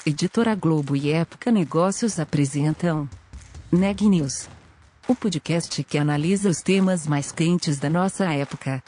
Editora Globo e Época Negócios apresentam Neg News, o podcast que analisa os temas mais quentes da nossa época.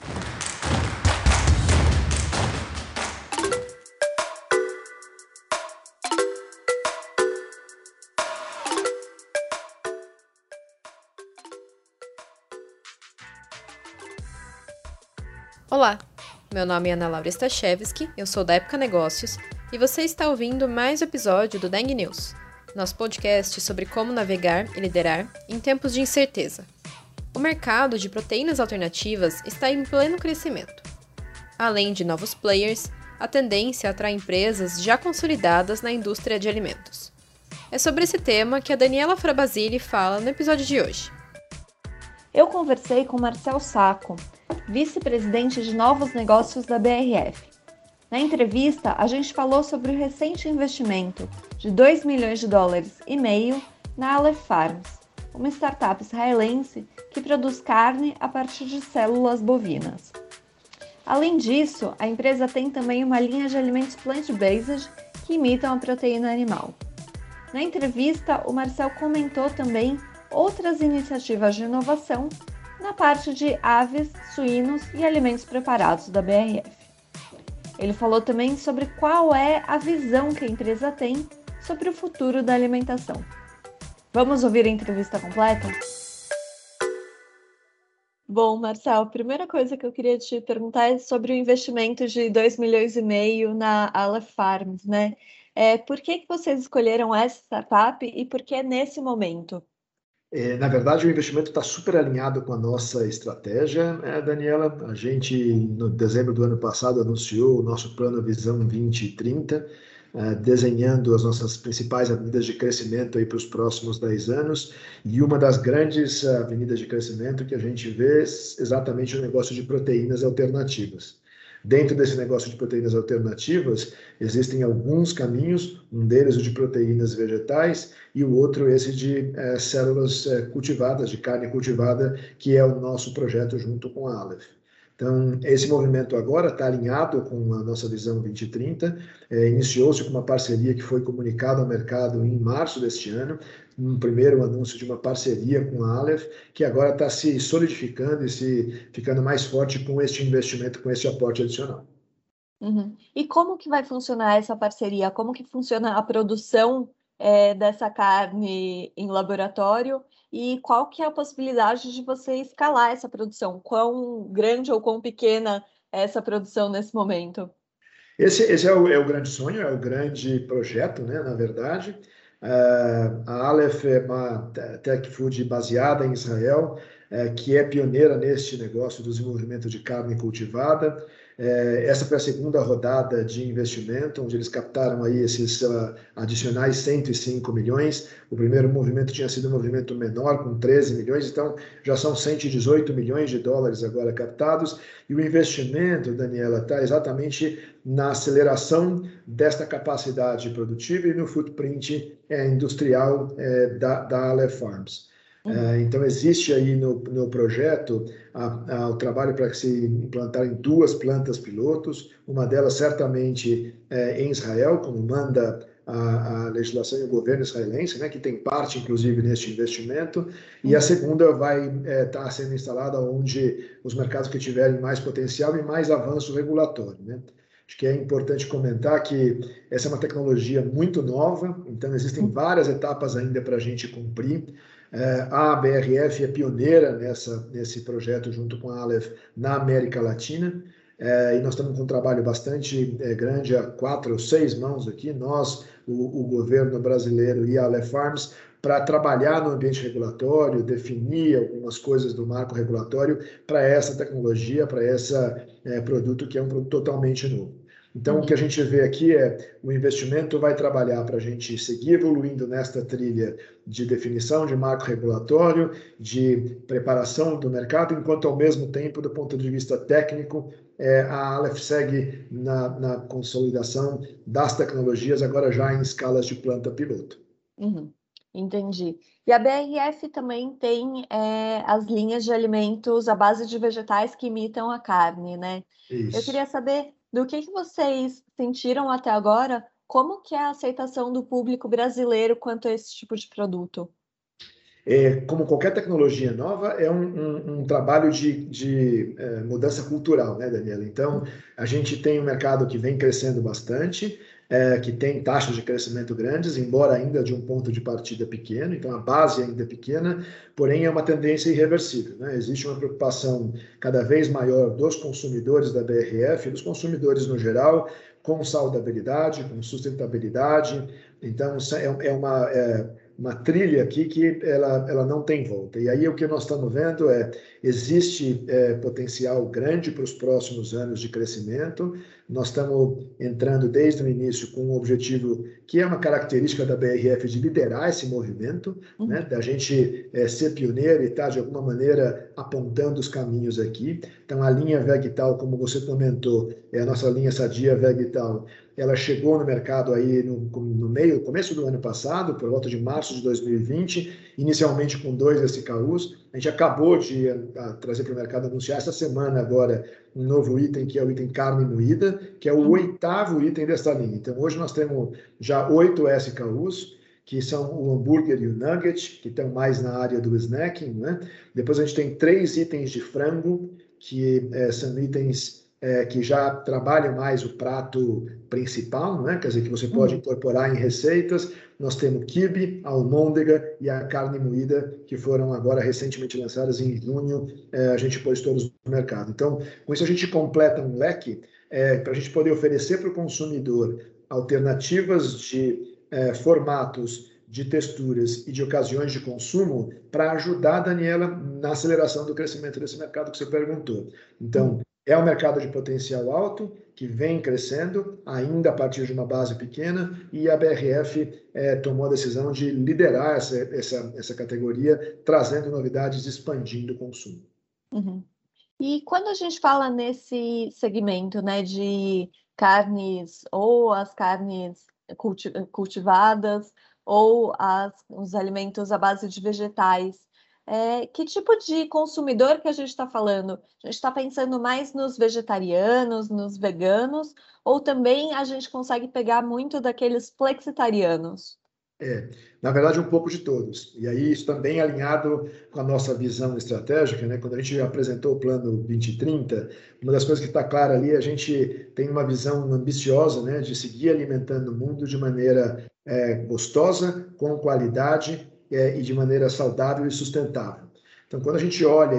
Olá, meu nome é Ana Laura Stachewski, eu sou da Época Negócios e você está ouvindo mais um episódio do Neg News, nosso podcast sobre como navegar e liderar em tempos de incerteza. O mercado de proteínas alternativas está em pleno crescimento. Além de novos players, a tendência atrai empresas já consolidadas na indústria de alimentos. É sobre esse tema que a Daniela Frabasile fala no episódio de hoje. Eu conversei com Marcel Sacco, vice-presidente de novos negócios da BRF. Na entrevista, a gente falou sobre o recente investimento de $2,5 milhões na Aleph Farms, uma startup israelense que produz carne a partir de células bovinas. Além disso, a empresa tem também uma linha de alimentos plant-based que imitam a proteína animal. Na entrevista, o Marcel comentou também outras iniciativas de inovação na parte de aves, suínos e alimentos preparados da BRF. Ele falou também sobre qual é a visão que a empresa tem sobre o futuro da alimentação. Vamos ouvir a entrevista completa? Bom, Marcel, a primeira coisa que eu queria te perguntar é sobre o investimento de $2,5 milhões na Aleph Farms, né? Por que vocês escolheram essa startup e por que nesse momento? Na verdade, o investimento está super alinhado com a nossa estratégia, Daniela. A gente, no dezembro do ano passado, anunciou o nosso plano Visão 2030, desenhando as nossas principais avenidas de crescimento aí para os próximos 10 anos. E uma das grandes avenidas de crescimento que a gente vê é exatamente o negócio de proteínas alternativas. Dentro desse negócio de proteínas alternativas, existem alguns caminhos, um deles o de proteínas vegetais e o outro esse de células cultivadas, de carne cultivada, que é o nosso projeto junto com a Aleph. Então, esse movimento agora está alinhado com a nossa Visão 2030, iniciou-se com uma parceria que foi comunicada ao mercado em março deste ano, um primeiro anúncio de uma parceria com a Aleph, que agora está se solidificando e se ficando mais forte com este investimento, com este aporte adicional. Uhum. E como que vai funcionar essa parceria? Como que funciona a produção dessa carne em laboratório? E qual que é a possibilidade de você escalar essa produção? Quão grande ou quão pequena é essa produção nesse momento? Esse é o grande sonho, é o grande projeto, né, na verdade. A Aleph é uma tech food baseada em Israel, que é pioneira neste negócio do desenvolvimento de carne cultivada. Essa foi a segunda rodada de investimento, onde eles captaram aí esses adicionais 105 milhões. O primeiro movimento tinha sido um movimento menor, com 13 milhões, então já são 118 milhões de dólares agora captados. E o investimento, Daniela, está exatamente na aceleração desta capacidade produtiva e no footprint industrial da Aleph Farms. Então, existe aí no projeto o trabalho para que se implantarem 2 plantas pilotos, uma delas certamente em Israel, como manda a legislação e o governo israelense, né, que tem parte, inclusive, neste investimento, e a segunda vai estar sendo instalada onde os mercados que tiverem mais potencial e mais avanço regulatório, né? Acho que é importante comentar que essa é uma tecnologia muito nova, então existem várias etapas ainda para a gente cumprir. A BRF é pioneira nesse projeto junto com a Aleph na América Latina, e nós estamos com um trabalho bastante grande, a 4 ou 6 mãos aqui, nós, o governo brasileiro e a Aleph Farms, para trabalhar no ambiente regulatório, definir algumas coisas do marco regulatório para essa tecnologia, para esse produto que é um produto totalmente novo. Então, o que a gente vê aqui é o investimento vai trabalhar para a gente seguir evoluindo nesta trilha de definição de marco regulatório, de preparação do mercado, enquanto ao mesmo tempo, do ponto de vista técnico, a Aleph segue na consolidação das tecnologias, agora já em escalas de planta piloto. Uhum, entendi. E a BRF também tem as linhas de alimentos à base de vegetais que imitam a carne, né? Isso. Eu queria saber do que vocês sentiram até agora Como que é a aceitação do público brasileiro quanto a esse tipo de produto? Como qualquer tecnologia nova, é um trabalho de mudança cultural, né, Daniela? Então, a gente tem um mercado que vem crescendo bastante, que tem taxas de crescimento grandes, embora ainda de um ponto de partida pequeno, então a base ainda é pequena, porém é uma tendência irreversível, né? Existe uma preocupação cada vez maior dos consumidores da BRF, dos consumidores no geral, com saudabilidade, com sustentabilidade. Então, uma trilha aqui que ela não tem volta. E aí o que nós estamos vendo existe potencial grande para os próximos anos de crescimento. Nós estamos entrando desde o início com um objetivo que é uma característica da BRF de liderar esse movimento, né, da gente ser pioneiro e estar, de alguma maneira, apontando os caminhos aqui. Então, a linha Vegtal, como você comentou, é a nossa linha Sadia Vegtal, ela chegou no mercado aí no começo do ano passado, por volta de março de 2020, inicialmente com 2 SKUs. A gente acabou de trazer para o mercado, anunciar essa semana agora um novo item, que é o item carne moída, que é o 8º item dessa linha. Então, hoje nós temos já 8 SKUs, que são o hambúrguer e o nugget, que estão mais na área do snacking, né? Depois a gente tem 3 itens de frango, que são itens que já trabalham mais o prato principal, né? Quer dizer, que você pode incorporar em receitas. Nós temos quibe, a almôndega e a carne moída, que foram agora recentemente lançadas em junho, a gente pôs todos no mercado. Então, com isso a gente completa um leque para a gente poder oferecer para o consumidor alternativas de formatos, de texturas e de ocasiões de consumo para ajudar a Daniela na aceleração do crescimento desse mercado que você perguntou. Então, é um mercado de potencial alto, que vem crescendo, ainda a partir de uma base pequena, e a BRF tomou a decisão de liderar essa categoria, trazendo novidades, expandindo o consumo. Uhum. E quando a gente fala nesse segmento, né, de carnes, ou as carnes cultivadas, ou os alimentos à base de vegetais, que tipo de consumidor que a gente está falando? A gente está pensando mais nos vegetarianos, nos veganos, ou também a gente consegue pegar muito daqueles flexitarianos? Na verdade, um pouco de todos. E aí, isso também alinhado com a nossa visão estratégica, né? Quando a gente apresentou o plano 2030, uma das coisas que está clara ali, a gente tem uma visão ambiciosa, né, de seguir alimentando o mundo de maneira gostosa, com qualidade e de maneira saudável e sustentável. Então, quando a gente olha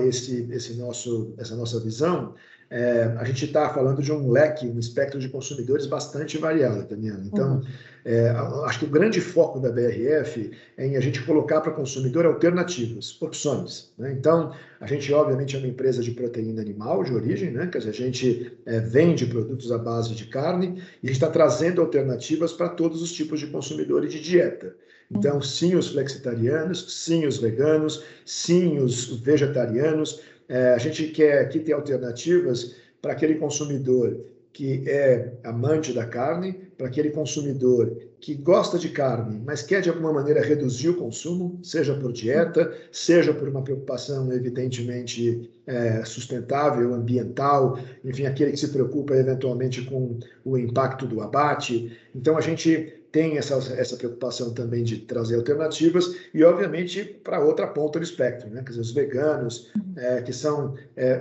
essa nossa visão, a gente está falando de um leque, um espectro de consumidores bastante variado, Daniela. Então, acho que o grande foco da BRF é em a gente colocar para o consumidor alternativas, opções, né? Então, a gente, obviamente, é uma empresa de proteína animal de origem, né? Quer dizer, a gente vende produtos à base de carne e a gente está trazendo alternativas para todos os tipos de consumidores de dieta. Então, sim, os flexitarianos, sim, os veganos, sim, os vegetarianos. A gente quer aqui ter alternativas para aquele consumidor que é amante da carne, para aquele consumidor que gosta de carne, mas quer de alguma maneira reduzir o consumo, seja por dieta, seja por uma preocupação evidentemente sustentável, ambiental, enfim, aquele que se preocupa eventualmente com o impacto do abate. Então, a gente tem essa preocupação também de trazer alternativas e, obviamente, para outra ponta do espectro, né? Quer dizer, os veganos, que são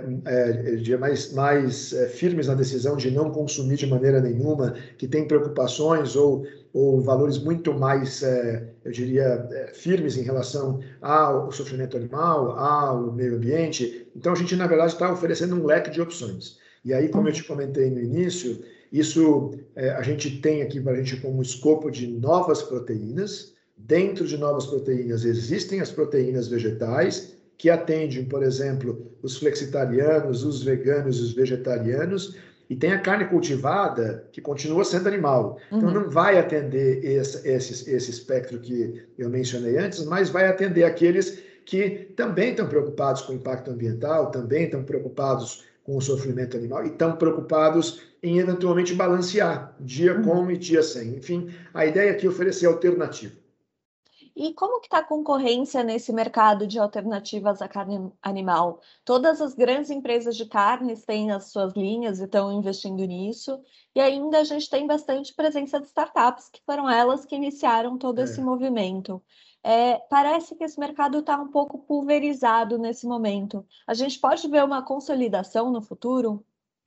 mais firmes na decisão de não consumir de maneira nenhuma, que têm preocupações ou valores muito mais, eu diria, firmes em relação ao sofrimento animal, ao meio ambiente. Então, a gente, na verdade, está oferecendo um leque de opções. E aí, como eu te comentei no início, isso a gente tem aqui para a gente como escopo de novas proteínas. Dentro de novas proteínas existem as proteínas vegetais, que atendem, por exemplo, os flexitarianos, os veganos, os vegetarianos, e tem a carne cultivada, que continua sendo animal. Então, não vai atender esse espectro que eu mencionei antes, mas vai atender aqueles que também estão preocupados com o impacto ambiental, também estão preocupados com o sofrimento animal e estão preocupados em eventualmente balancear dia com e dia sem. Enfim, a ideia aqui é oferecer alternativa. E como que está a concorrência nesse mercado de alternativas à carne animal? Todas as grandes empresas de carnes têm as suas linhas e estão investindo nisso, e ainda a gente tem bastante presença de startups, que foram elas que iniciaram todo esse movimento. Parece que esse mercado está um pouco pulverizado nesse momento. A gente pode ver uma consolidação no futuro?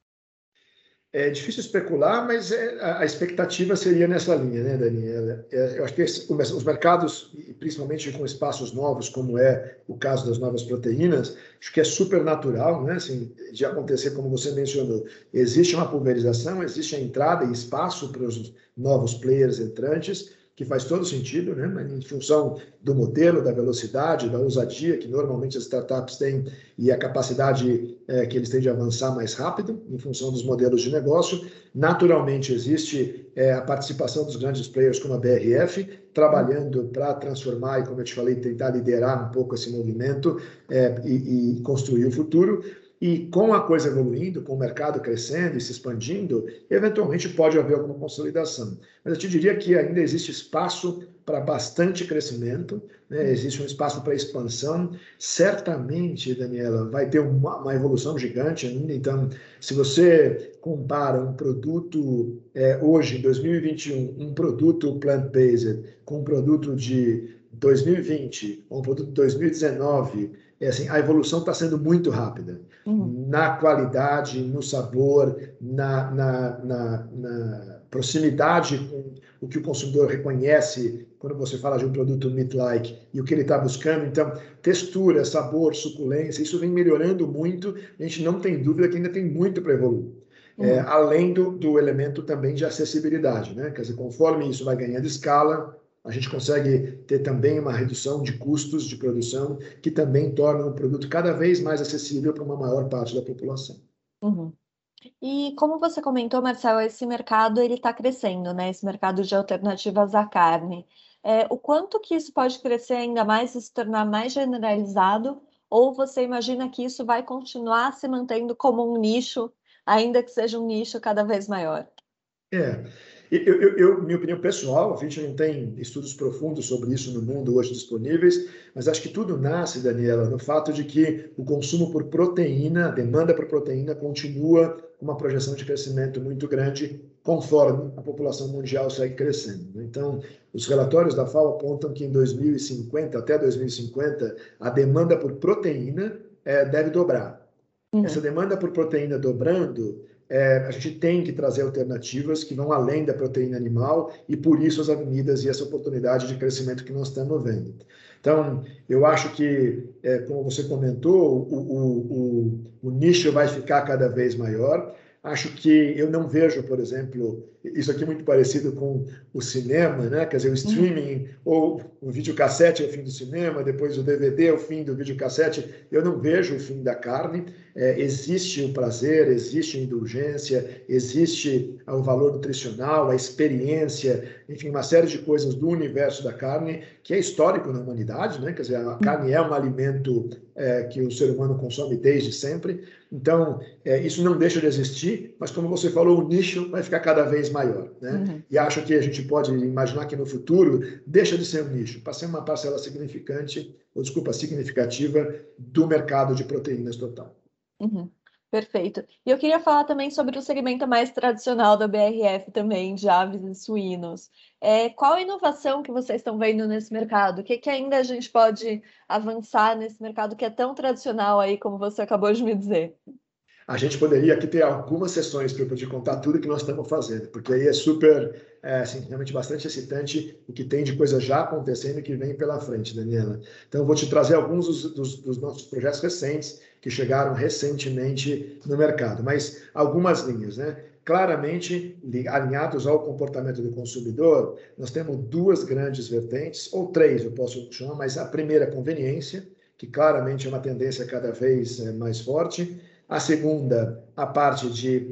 É difícil especular, mas a expectativa seria nessa linha, né, Daniela? Eu acho que os mercados, principalmente com espaços novos, como é o caso das novas proteínas, acho que é super natural, né, assim, de acontecer, como você mencionou. Existe uma pulverização, existe a entrada e espaço para os novos players entrantes, que faz todo sentido, né? Em função do modelo, da velocidade, da ousadia que normalmente as startups têm e a capacidade que eles têm de avançar mais rápido, em função dos modelos de negócio. Naturalmente, existe a participação dos grandes players como a BRF, trabalhando para transformar e, como eu te falei, tentar liderar um pouco esse movimento e construir o futuro. E com a coisa evoluindo, com o mercado crescendo e se expandindo, eventualmente pode haver alguma consolidação. Mas eu te diria que ainda existe espaço para bastante crescimento, né? Existe um espaço para expansão. Certamente, Daniela, vai ter uma evolução gigante ainda. Então, se você compara um produto hoje, em 2021, um produto plant-based com um produto de 2020 ou um produto de 2019, assim, a evolução está sendo muito rápida. Na qualidade, no sabor, na proximidade com o que o consumidor reconhece quando você fala de um produto meat-like e o que ele está buscando. Então, textura, sabor, suculência, isso vem melhorando muito. A gente não tem dúvida que ainda tem muito para evoluir. Além do elemento também de acessibilidade, né? Quer dizer, conforme isso vai ganhando escala, a gente consegue ter também uma redução de custos de produção que também torna o produto cada vez mais acessível para uma maior parte da população. E como você comentou, Marcelo, esse mercado ele está crescendo, né? Esse mercado de alternativas à carne. O quanto que isso pode crescer ainda mais e se tornar mais generalizado? Ou você imagina que isso vai continuar se mantendo como um nicho, ainda que seja um nicho cada vez maior? Minha opinião pessoal, a gente não tem estudos profundos sobre isso no mundo hoje disponíveis, mas acho que tudo nasce, Daniela, no fato de que o consumo por proteína, a demanda por proteína continua com uma projeção de crescimento muito grande conforme a população mundial segue crescendo. Então, os relatórios da FAO apontam que em 2050, até 2050, a demanda por proteína deve dobrar. Essa demanda por proteína dobrando, a gente tem que trazer alternativas que vão além da proteína animal e por isso as avenidas e essa oportunidade de crescimento que nós estamos vendo. Então, eu acho que, como você comentou, o nicho vai ficar cada vez maior. Acho que eu não vejo, por exemplo, isso aqui é muito parecido com o cinema, né? Quer dizer, o streaming ou o videocassete é o fim do cinema, depois o DVD é o fim do videocassete. Eu não vejo o fim da carne. Existe o prazer, existe a indulgência, existe o valor nutricional, a experiência, enfim, uma série de coisas do universo da carne que é histórico na humanidade, né? Quer dizer, a carne é um alimento que o ser humano consome desde sempre. Então, isso não deixa de existir, mas como você falou, o nicho vai ficar cada vez maior, né? E acho que a gente pode imaginar que no futuro deixa de ser um nicho, para ser uma parcela significativa do mercado de proteínas total. Perfeito. E eu queria falar também sobre o segmento mais tradicional da BRF também, de aves e suínos. Qual a inovação que vocês estão vendo nesse mercado? O que ainda a gente pode avançar nesse mercado que é tão tradicional aí, como você acabou de me dizer? A gente poderia aqui ter algumas sessões para eu poder contar tudo que nós estamos fazendo, porque aí é super, assim, realmente bastante excitante o que tem de coisa já acontecendo e que vem pela frente, Daniela. Então, eu vou te trazer alguns dos nossos projetos recentes, que chegaram recentemente no mercado, mas algumas linhas, né? Claramente, alinhados ao comportamento do consumidor, nós temos duas grandes vertentes, ou três, eu posso chamar, mas a primeira, conveniência, que claramente é uma tendência cada vez mais forte. A segunda, a parte de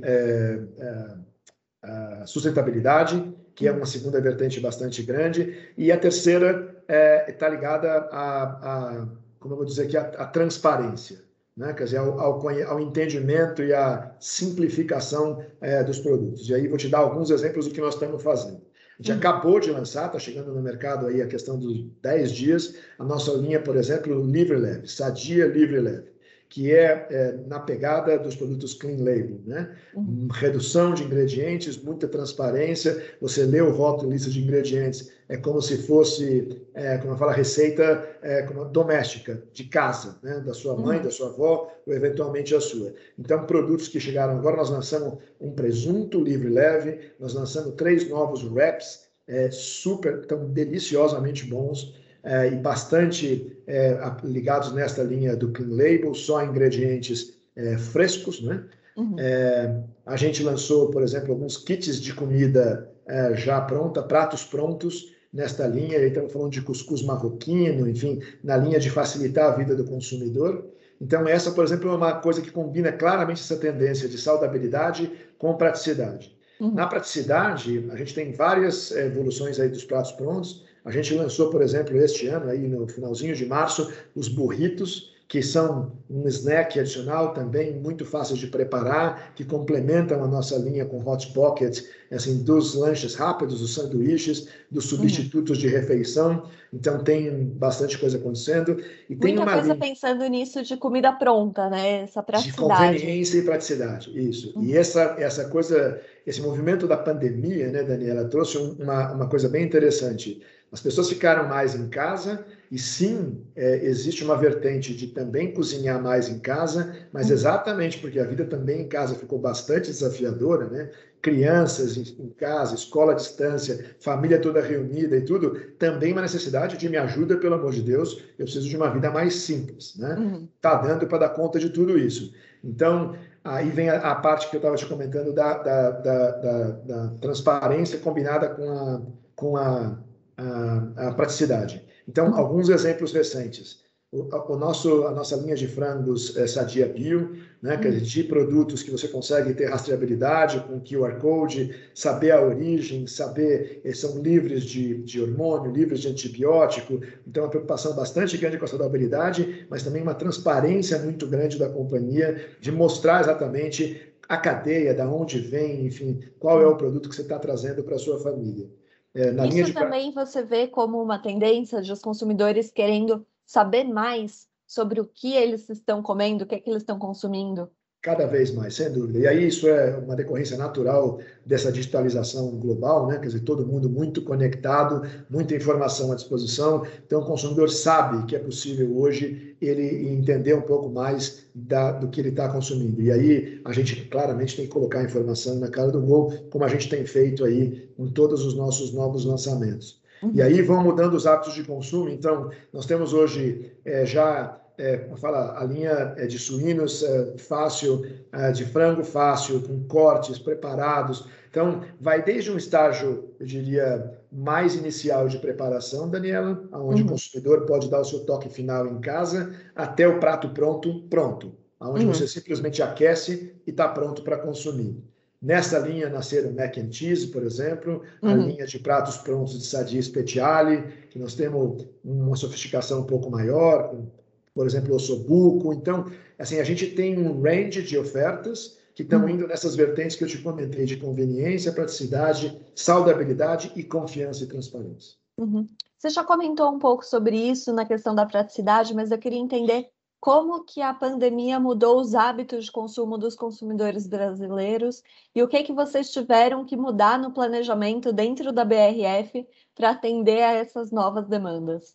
sustentabilidade, que é uma segunda vertente bastante grande. E a terceira está ligada como eu vou dizer aqui, a transparência, né? Quer dizer, ao entendimento e à simplificação dos produtos. E aí vou te dar alguns exemplos do que nós estamos fazendo. A gente acabou de lançar, está chegando no mercado aí a questão dos 10 dias, a nossa linha, por exemplo, Livre Leve, Sadia Livre Leve, que é na pegada dos produtos Clean Label, né? Redução de ingredientes, muita transparência, você lê o rótulo, lista de ingredientes, é como se fosse, como eu falo, receita doméstica, de casa, né? Da sua mãe, da sua avó, ou eventualmente a sua. Então, produtos que chegaram agora, nós lançamos um presunto livre leve, nós lançamos 3 novos wraps, super, tão deliciosamente bons, e bastante ligados nesta linha do Clean Label, só ingredientes frescos, né? A gente lançou, por exemplo, alguns kits de comida já pronta, pratos prontos nesta linha, aí estamos falando de cuscuz marroquino, enfim, na linha de facilitar a vida do consumidor. Então, essa, por exemplo, é uma coisa que combina claramente essa tendência de saudabilidade com praticidade. Na praticidade, a gente tem várias evoluções aí dos pratos prontos. A gente lançou, por exemplo, este ano, aí no finalzinho de março, os burritos, que são um snack adicional também muito fáceis de preparar, que complementam a nossa linha com Hot Pockets, assim, dos lanches rápidos, dos sanduíches, dos substitutos de refeição. Então, tem bastante coisa acontecendo. E tem Muita uma coisa linha pensando nisso de comida pronta, né? Essa de praticidade. conveniência e praticidade, isso. E essa coisa, esse movimento da pandemia, né, Daniela, trouxe uma coisa bem interessante. As pessoas ficaram mais em casa e sim, existe uma vertente de também cozinhar mais em casa, mas exatamente porque a vida também em casa ficou bastante desafiadora, né? Crianças em casa, escola à distância, família toda reunida e tudo, também uma necessidade de me ajuda, pelo amor de Deus, eu preciso de uma vida mais simples, né? Tá dando para dar conta de tudo isso. Então, aí vem a parte que eu estava te comentando da transparência combinada com a praticidade. Então, alguns exemplos recentes. A nossa linha de frangos Sadia Bio, né, que é de produtos que você consegue ter rastreabilidade com QR Code, saber a origem, saber são livres de hormônio, livres de antibiótico. Então, uma preocupação bastante grande com a saudabilidade, mas também uma transparência muito grande da companhia de mostrar exatamente a cadeia, da onde vem, enfim, qual é o produto que você está trazendo para a sua família. Isso também você vê como uma tendência de os consumidores querendo saber mais sobre o que eles estão comendo, o que é que eles estão consumindo? Cada vez mais, sem dúvida. E aí isso é uma decorrência natural dessa digitalização global, né? Quer dizer, todo mundo muito conectado, muita informação à disposição. Então, o consumidor sabe que é possível hoje ele entender um pouco mais do que ele está consumindo. E aí a gente claramente tem que colocar a informação na cara do gol, como a gente tem feito aí em todos os nossos novos lançamentos. E aí vão mudando os hábitos de consumo. Então, nós temos hoje como fala, a linha de suínos fácil, de frango fácil, com cortes preparados. Então, vai desde um estágio, eu diria, mais inicial de preparação, Daniela, onde o consumidor pode dar o seu toque final em casa, até o prato pronto, onde você simplesmente aquece e está pronto para consumir. Nessa linha nasceram mac and cheese, por exemplo, a linha de pratos prontos de Sadia Speciale, que nós temos uma sofisticação um pouco maior, por exemplo, o ossobuco. Então, assim, a gente tem um range de ofertas que estão indo nessas vertentes que eu te comentei, de conveniência, praticidade, saudabilidade e confiança e transparência. Você já comentou um pouco sobre isso na questão da praticidade, mas eu queria entender como que a pandemia mudou os hábitos de consumo dos consumidores brasileiros e o que vocês tiveram que mudar no planejamento dentro da BRF para atender a essas novas demandas.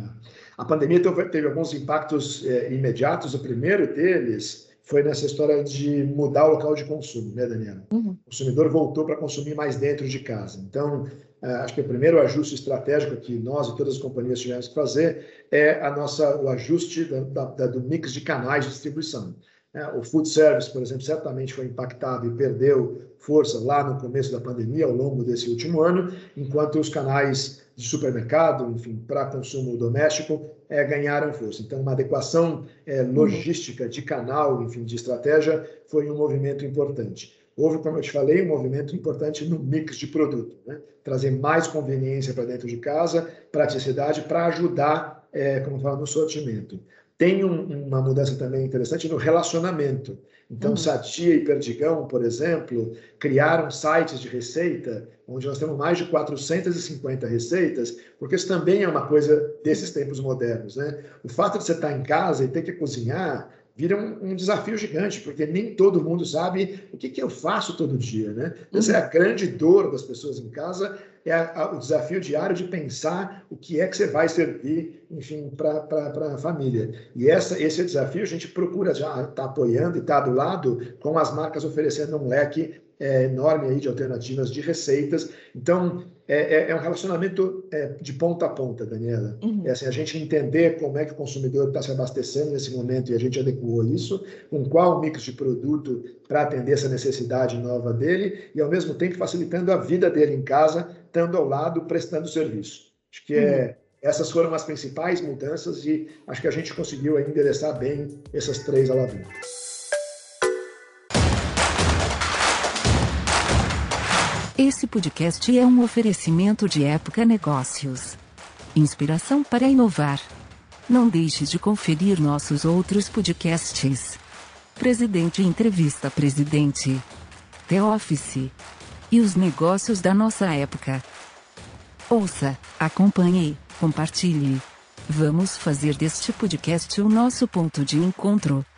A pandemia teve alguns impactos imediatos. O primeiro deles foi nessa história de mudar o local de consumo, né, Daniela? O consumidor voltou para consumir mais dentro de casa. Então, acho que o primeiro ajuste estratégico que nós e todas as companhias tivemos que fazer é o ajuste do mix de canais de distribuição. O food service, por exemplo, certamente foi impactado e perdeu força lá no começo da pandemia, ao longo desse último ano, enquanto os canais de supermercado, enfim, para consumo doméstico, ganharam força. Então, uma adequação logística de canal, enfim, de estratégia, foi um movimento importante. Houve, como eu te falei, um movimento importante no mix de produto, né? Trazer mais conveniência para dentro de casa, praticidade, para ajudar, como eu falo, no sortimento. Tem uma mudança também interessante no relacionamento. Então, Sadia e Perdigão, por exemplo, criaram sites de receita, onde nós temos mais de 450 receitas, porque isso também é uma coisa desses tempos modernos, né? O fato de você estar em casa e ter que cozinhar vira um desafio gigante, porque nem todo mundo sabe o que eu faço todo dia, né? Essa é a grande dor das pessoas em casa, o desafio diário de pensar o que é que você vai servir, enfim, para a família. E esse desafio a gente procura já estar apoiando e estar do lado com as marcas oferecendo um leque enorme aí de alternativas de receitas. Então, é um relacionamento de ponta a ponta, Daniela. É assim, a gente entender como é que o consumidor está se abastecendo nesse momento e a gente adequou isso, com qual mix de produto para atender essa necessidade nova dele e, ao mesmo tempo, facilitando a vida dele em casa, estando ao lado, prestando serviço. Acho que essas foram as principais mudanças e acho que a gente conseguiu endereçar bem essas 3 alavancas. Esse podcast é um oferecimento de Época Negócios. Inspiração para inovar. Não deixe de conferir nossos outros podcasts. Presidente Entrevista Presidente. The Office. E os negócios da nossa época. Ouça, acompanhe, compartilhe. Vamos fazer deste podcast o nosso ponto de encontro.